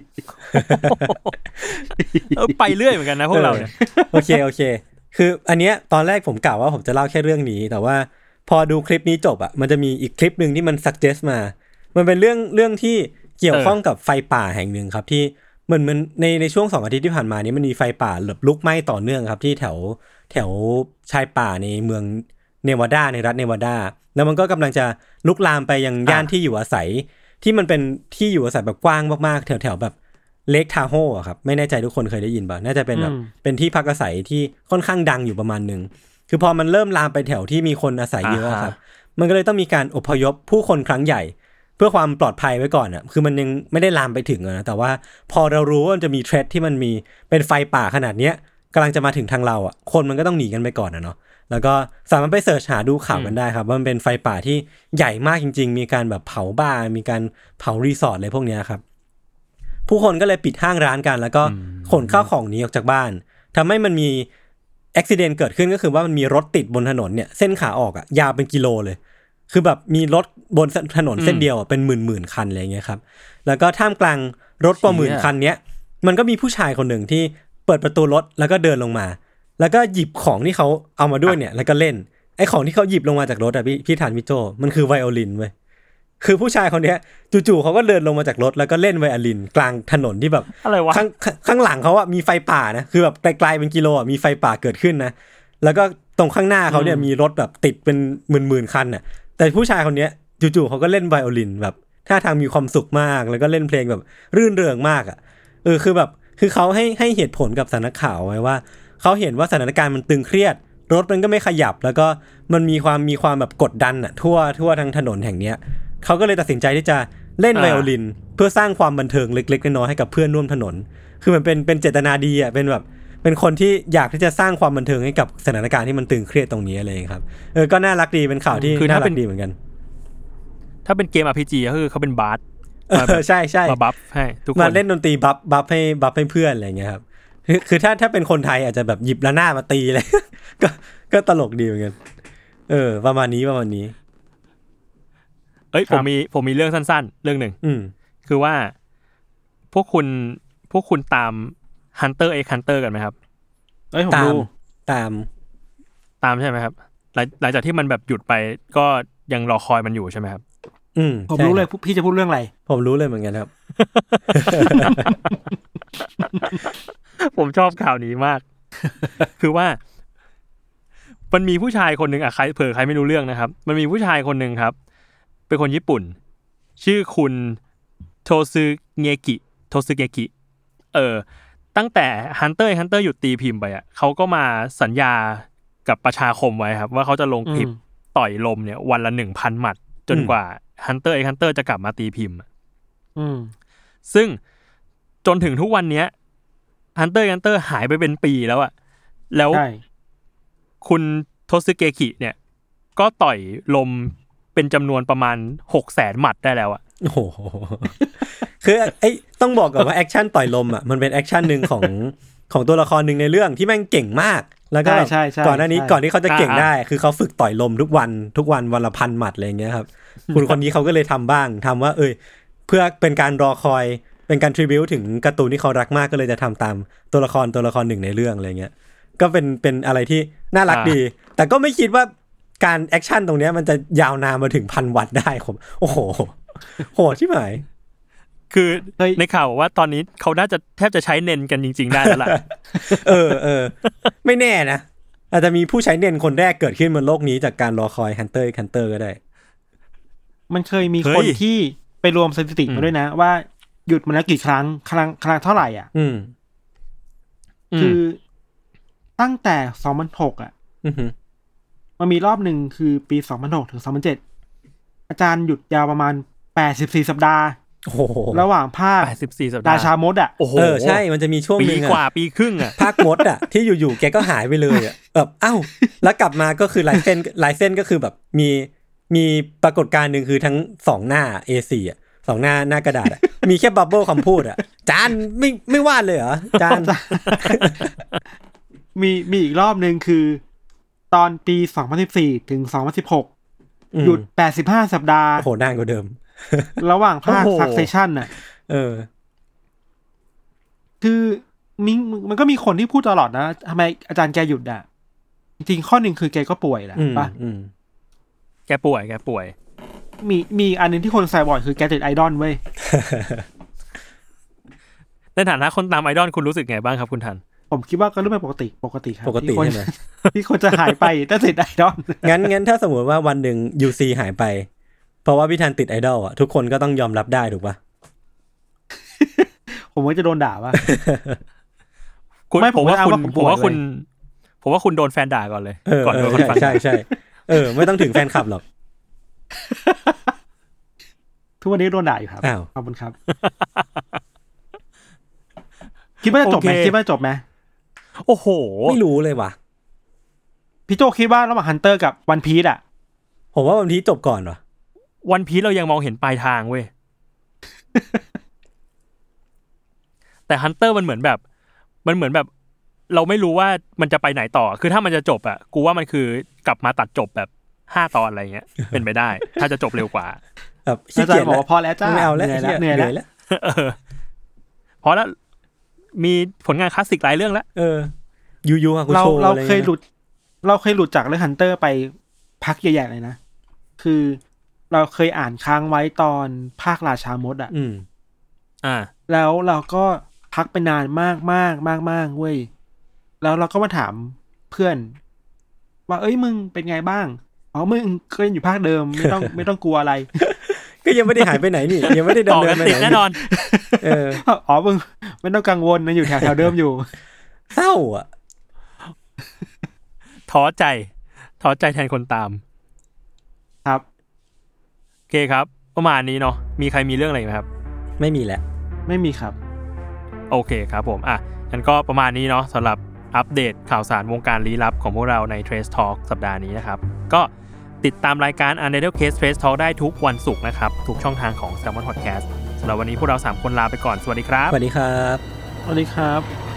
ไปเรื่อยเหมือนกันนะพวกเราเนี่ยโอเคคืออันเนี้ยตอนแรกผมกล่าวว่าผมจะเล่าแค่เรื่องนี้แต่ว่าพอดูคลิปนี้จบอ่ะมันจะมีอีกคลิปนึงที่มันซักเจสมามันเป็นเรื่องที่เกี่ยวข้องกับไฟป่าแห่งนึงครับที่มันในช่วง2อาทิตย์ที่ผ่านมานี้มันมีไฟป่าลุกไหม้ต่อเนื่องครับที่แถวชายป่าในเมืองเนวาดาในรัฐเนวาดาแล้วมันก็กำลังจะลุกลามไปยังย่านที่อยู่อาศัยที่มันเป็นที่อยู่อาศัยแบบกว้างมากๆแถวแบบเลคทาโฮอ่ะครับไม่แน่ใจทุกคนเคยได้ยินป่ะน่าจะเป็นแบบเป็นที่พักอาศัยที่ค่อนข้างดังอยู่ประมาณนึงคือพอมันเริ่มลามไปแถวที่มีคนอาศัยเยอะครับมันก็เลยต้องมีการอพยพผู้คนครั้งใหญ่เพื่อความปลอดภัยไว้ก่อนอ่ะคือมันยังไม่ได้ลามไปถึงนะแต่ว่าพอเรารู้ว่ามันจะมีเทรดที่มันมีเป็นไฟป่าขนาดเนี้ยกำลังจะมาถึงทางเราอ่ะคนมันก็ต้องหนีกันไปก่อนนะเนาะแล้วก็สามารถไปเสิร์ชหาดูข่าวกันได้ครับว่ามันเป็นไฟป่าที่ใหญ่มากจริงๆมีการแบบเผาบ้านมีการเผารีสอร์ทอะไรพวกนี้ครับผู้คนก็เลยปิดห้างร้านกันแล้วก็ขนข้าวของหนีออกจากบ้านทำให้มันมีอุบัติเหตุเกิดขึ้นก็คือว่ามันมีรถติดบนถนนเนี่ยเส้นขาออกอ่ะยาวเป็นกิโลเลยคือแบบมีรถบนถนนเส้นเดียวเป็นหมื่นคันอะไรเงี้ยครับแล้วก็ท่ามกลางรถกว่า10,000คันเนี้ยมันก็มีผู้ชายคนหนึ่งที่เปิดประตูรถแล้วก็เดินลงมาแล้วก็หยิบของที่เขาเอามาด้วยเนี่ยแล้วก็เล่นไอ้ของที่เขาหยิบลงมาจากรถอ่ะพี่ทันพี่โจมันคือไวโอลินเว้ยคือผู้ชายคนเนี้ยจู่ๆเขาก็เดินลงมาจากรถแล้วก็เล่นไวโอลินกลางถนนที่แบบอะไรวะข้างหลังเขาอ่ะมีไฟป่านะคือแบบไกลๆเป็นกิโลอ่ะมีไฟป่าเกิดขึ้นนะแล้วก็ตรงข้างหน้าเขาเนี่ยมีรถแบบติดเป็นหมื่นคันน่ะแต่ผู้ชายคนเนี้ยจู่ๆเขาก็เล่นไวโอลินแบบท่าทางมีความสุขมากแล้วก็เล่นเพลงแบบรื่นเริงมากอ่ะคือแบบคือเขาให้เหตุผลกับสำนักข่าวไว้ว่าเขาเห็นว่าสถานการณ์มันตึงเครียดรถมันก็ไม่ขยับแล้วก็มันมีความแบบกดดันอ่ะทั่วทั้งถนนแห่งเนี้ยเขาก็เลยตัดสินใจที่จะเล่นไวโอลินเพื่อสร้างความบันเทิงเล็กๆน้อยๆให้กับเพื่อนร่วมถนนคือมันเป็นเจตนาดีอ่ะเป็นคนที่อยากที่จะสร้างความบันเทิงให้กับสถานการณ์ที่มันตึงเครียดตรงนี้อะไรครับก็น่ารักดีเป็นข่าวที่น่ารักดีเหมือนกันถ้าเป็นเกม RPG ก็คือเขาเป็นบาสใช่มาบัฟให้ทุกคนมาเล่นดนตรีบัฟให้เพื่อนอะไรเงี้ยครับคือถ้าเป็นคนไทยอาจจะแบบหยิบระนาดมาตีเลย ก็ตลกดีเหมือนกันประมาณนี้ผมมีเรื่องสั้นๆเรื่องหนึ่งคือว่าพวกคุณตาม Hunter x Hunter กันไหมครับผมดูตามใช่ไหมครับหลังจากที่มันแบบหยุดไปก็ยังรอคอยมันอยู่ใช่ไหมครับผมรู้เลยพี่จะพูดเรื่องอะไรผมรู้เลยเหมือนกันครับผมชอบข่าวนี้มาก คือว่ามันมีผู้ชายคนหนึ่งใครเผื่อใครไม่รู้เรื่องนะครับมันมีผู้ชายคนหนึ่งครับเป็นคนญี่ปุ่นชื่อคุณโทซึเงกิตั้งแต่ Hunter x Hunter หยุดตีพิมพ์ไปเขาก็มาสัญญากับประชาคมไว้ครับว่าเขาจะลงคลิปต่อยลมเนี่ยวันละ 1,000 หมัดจนกว่า Hunter x Hunter จะกลับมาตีพิมพ์ซึ่งจนถึงทุกวันนี้ Hunter x Hunter หายไปเป็นปีแล้วแล้วคุณโทซึเกกิเนี่ยก็ต่อยลมเป็นจำนวนประมาณ 600,000 หมัดได้แล้วโอ้โหคือต้องบอกก่อนว่าแอคชั่นต่อยลมมันเป็นแอคชั่นนึงของตัวละครนึงในเรื่องที่แม่งเก่งมากแล้วก็ก่อนหน้านี้ก่อนที่เขาจะเก่งได้คือเขาฝึกต่อยลมทุกวันวันละ 1,000 หมัดอะไรอย่างเงี้ยครับคุณคนนี้เขาก็เลยทำบ้างทำว่าเพื่อเป็นการรอคอยเป็นการทริบิวต์ถึงการ์ตูนที่เขารักมากก็เลยจะทำตามตัวละครหนึ่งในเรื่องอะไรเงี้ยก็เป็นอะไรที่น่ารักดีแต่ก็ไม่คิดว่าการแอคชั่นตรงนี้มันจะยาวนานมาถึง 1,000 วัตต์ได้ผมโอ้โหโหชิบหายคือในข่าวว่าตอนนี้เขาน่าจะแทบจะใช้เน้นกันจริงๆได้แล้วล่ะไม่แน่นะอาจจะมีผู้ใช้เน้นคนแรกเกิดขึ้นบนโลกนี้จากการรอคอย Hunter x Hunter ก็ได้มันเคยมีคนที่ไปรวมสถิติมาด้วยนะว่าหยุดมาแล้วกี่ครั้งเท่าไหร่คือตั้งแต่2006มันมีรอบหนึ่งคือปี2006ถึง2007อาจารย์หยุดยาวประมาณ84สัปดาห์ระหว่างภาค 84สัปดาห์ราชามดใช่มันจะมีช่วงนึงปีครึ่งภาคมดที่อยู่ๆแกก็หายไปเลยแล้วกลับมาก็คือลายเส้นก็คือแบบมีปรากฏการณ์นึงคือทั้ง2หน้า A4 2หน้ากระดาษมีแค่บับเบิ้ลคำพูดจานไม่วาดเลยเหรอจานมีอีกรอบนึงคือตอนปี2014ถึง2016หยุด85สัปดาห์โหนานกว่าเดิมระหว่างภาค Succession คือมันก็มีคนที่พูดตลอดนะทำไมอาจารย์แกหยุดจริงๆข้อหนึ่งคือแกก็ป่วยแหละป่ะแกป่วยมีอันนึงที่คนใส่บ่อยคือแกติดไอดอลเว้ยในฐานะคนตามไอดอลคุณรู้สึกไงบ้างครับคุณทันผมคิดว่าก็เรื่องปกติครับปกติใช่ไหมที่คนจะหายไปถ้าติดไอดอลงั้นถ้าสมมติว่าวันหนึ่ง UC หายไปเพราะว่าพี่ทันติดไอดอลทุกคนก็ต้องยอมรับได้ถูกป่ะผมว่าจะโดนด่าป่ะผมว่าคุณโดนแฟนด่าก่อนเลยก่อนโดนคนฟังใช่ไม่ต้องถึงแฟนคลับหรอกทุกวันนี้โดนด่าอยู่ครับขอบคุณครับคิดว่าจะจบไหมโอ้โหไม่รู้เลยว่ะพี่โจคิดว่าระหว่างฮันเตอร์กับวันพีซผมว่าวันพีซจบก่อนว่ะวันพีซเรายังมองเห็นปลายทางเว้ย แต่ฮันเตอร์มันเหมือนแบบเราไม่รู้ว่ามันจะไปไหนต่อคือถ้ามันจะจบกูว่ามันคือกลับมาตัดจบแบบ5 ตอนอะไรเงี้ย เป็นไปได้ถ้าจะจบเร็วกว่าแบบขี้เกียจบอกพอแล้วจ้าไม่เอาแล้วเหนื่อยแล้วพอแล้วมีผลงานคลาสสิกหลายเรื่องแล้วยูฮาคุโชเราเคยหลุดจากเรื่องฮันเตอร์ไปพักใหญ่ๆเลยนะคือเราเคยอ่านค้างไว้ตอนภาคราชามดแล้วเราก็พักไปนานมากเว้ยแล้วเราก็มาถามเพื่อนว่ามึงเป็นไงบ้างมึงเคยอยู่ภาคเดิมไม่ต้องกลัวอะไรก็ยังไม่ได้หายไปไหนนี่ยังไม่ได้ดำเนินไปไหนแน่นอนอ๋อมึงไม่ต้องกังวลนะอยู่แถวเดิมอยู่เศร้าอ่ะท้อใจแทนคนตามครับโอเคครับประมาณนี้เนาะมีใครมีเรื่องอะไรไหมครับไม่มีแล้วไม่มีครับโอเคครับผมงั้นก็ประมาณนี้เนาะสำหรับอัปเดตข่าวสารวงการลี้ลับของพวกเราใน Trace Talk สัปดาห์นี้นะครับก็ติดตามรายการ Untitled Case Trace Talk ได้ทุกวันศุกร์นะครับทุกช่องทางของ Salmon Podcast สำหรับวันนี้พวกเรา3คนลาไปก่อนสวัสดีครับสวัสดีครับสวัสดีครับ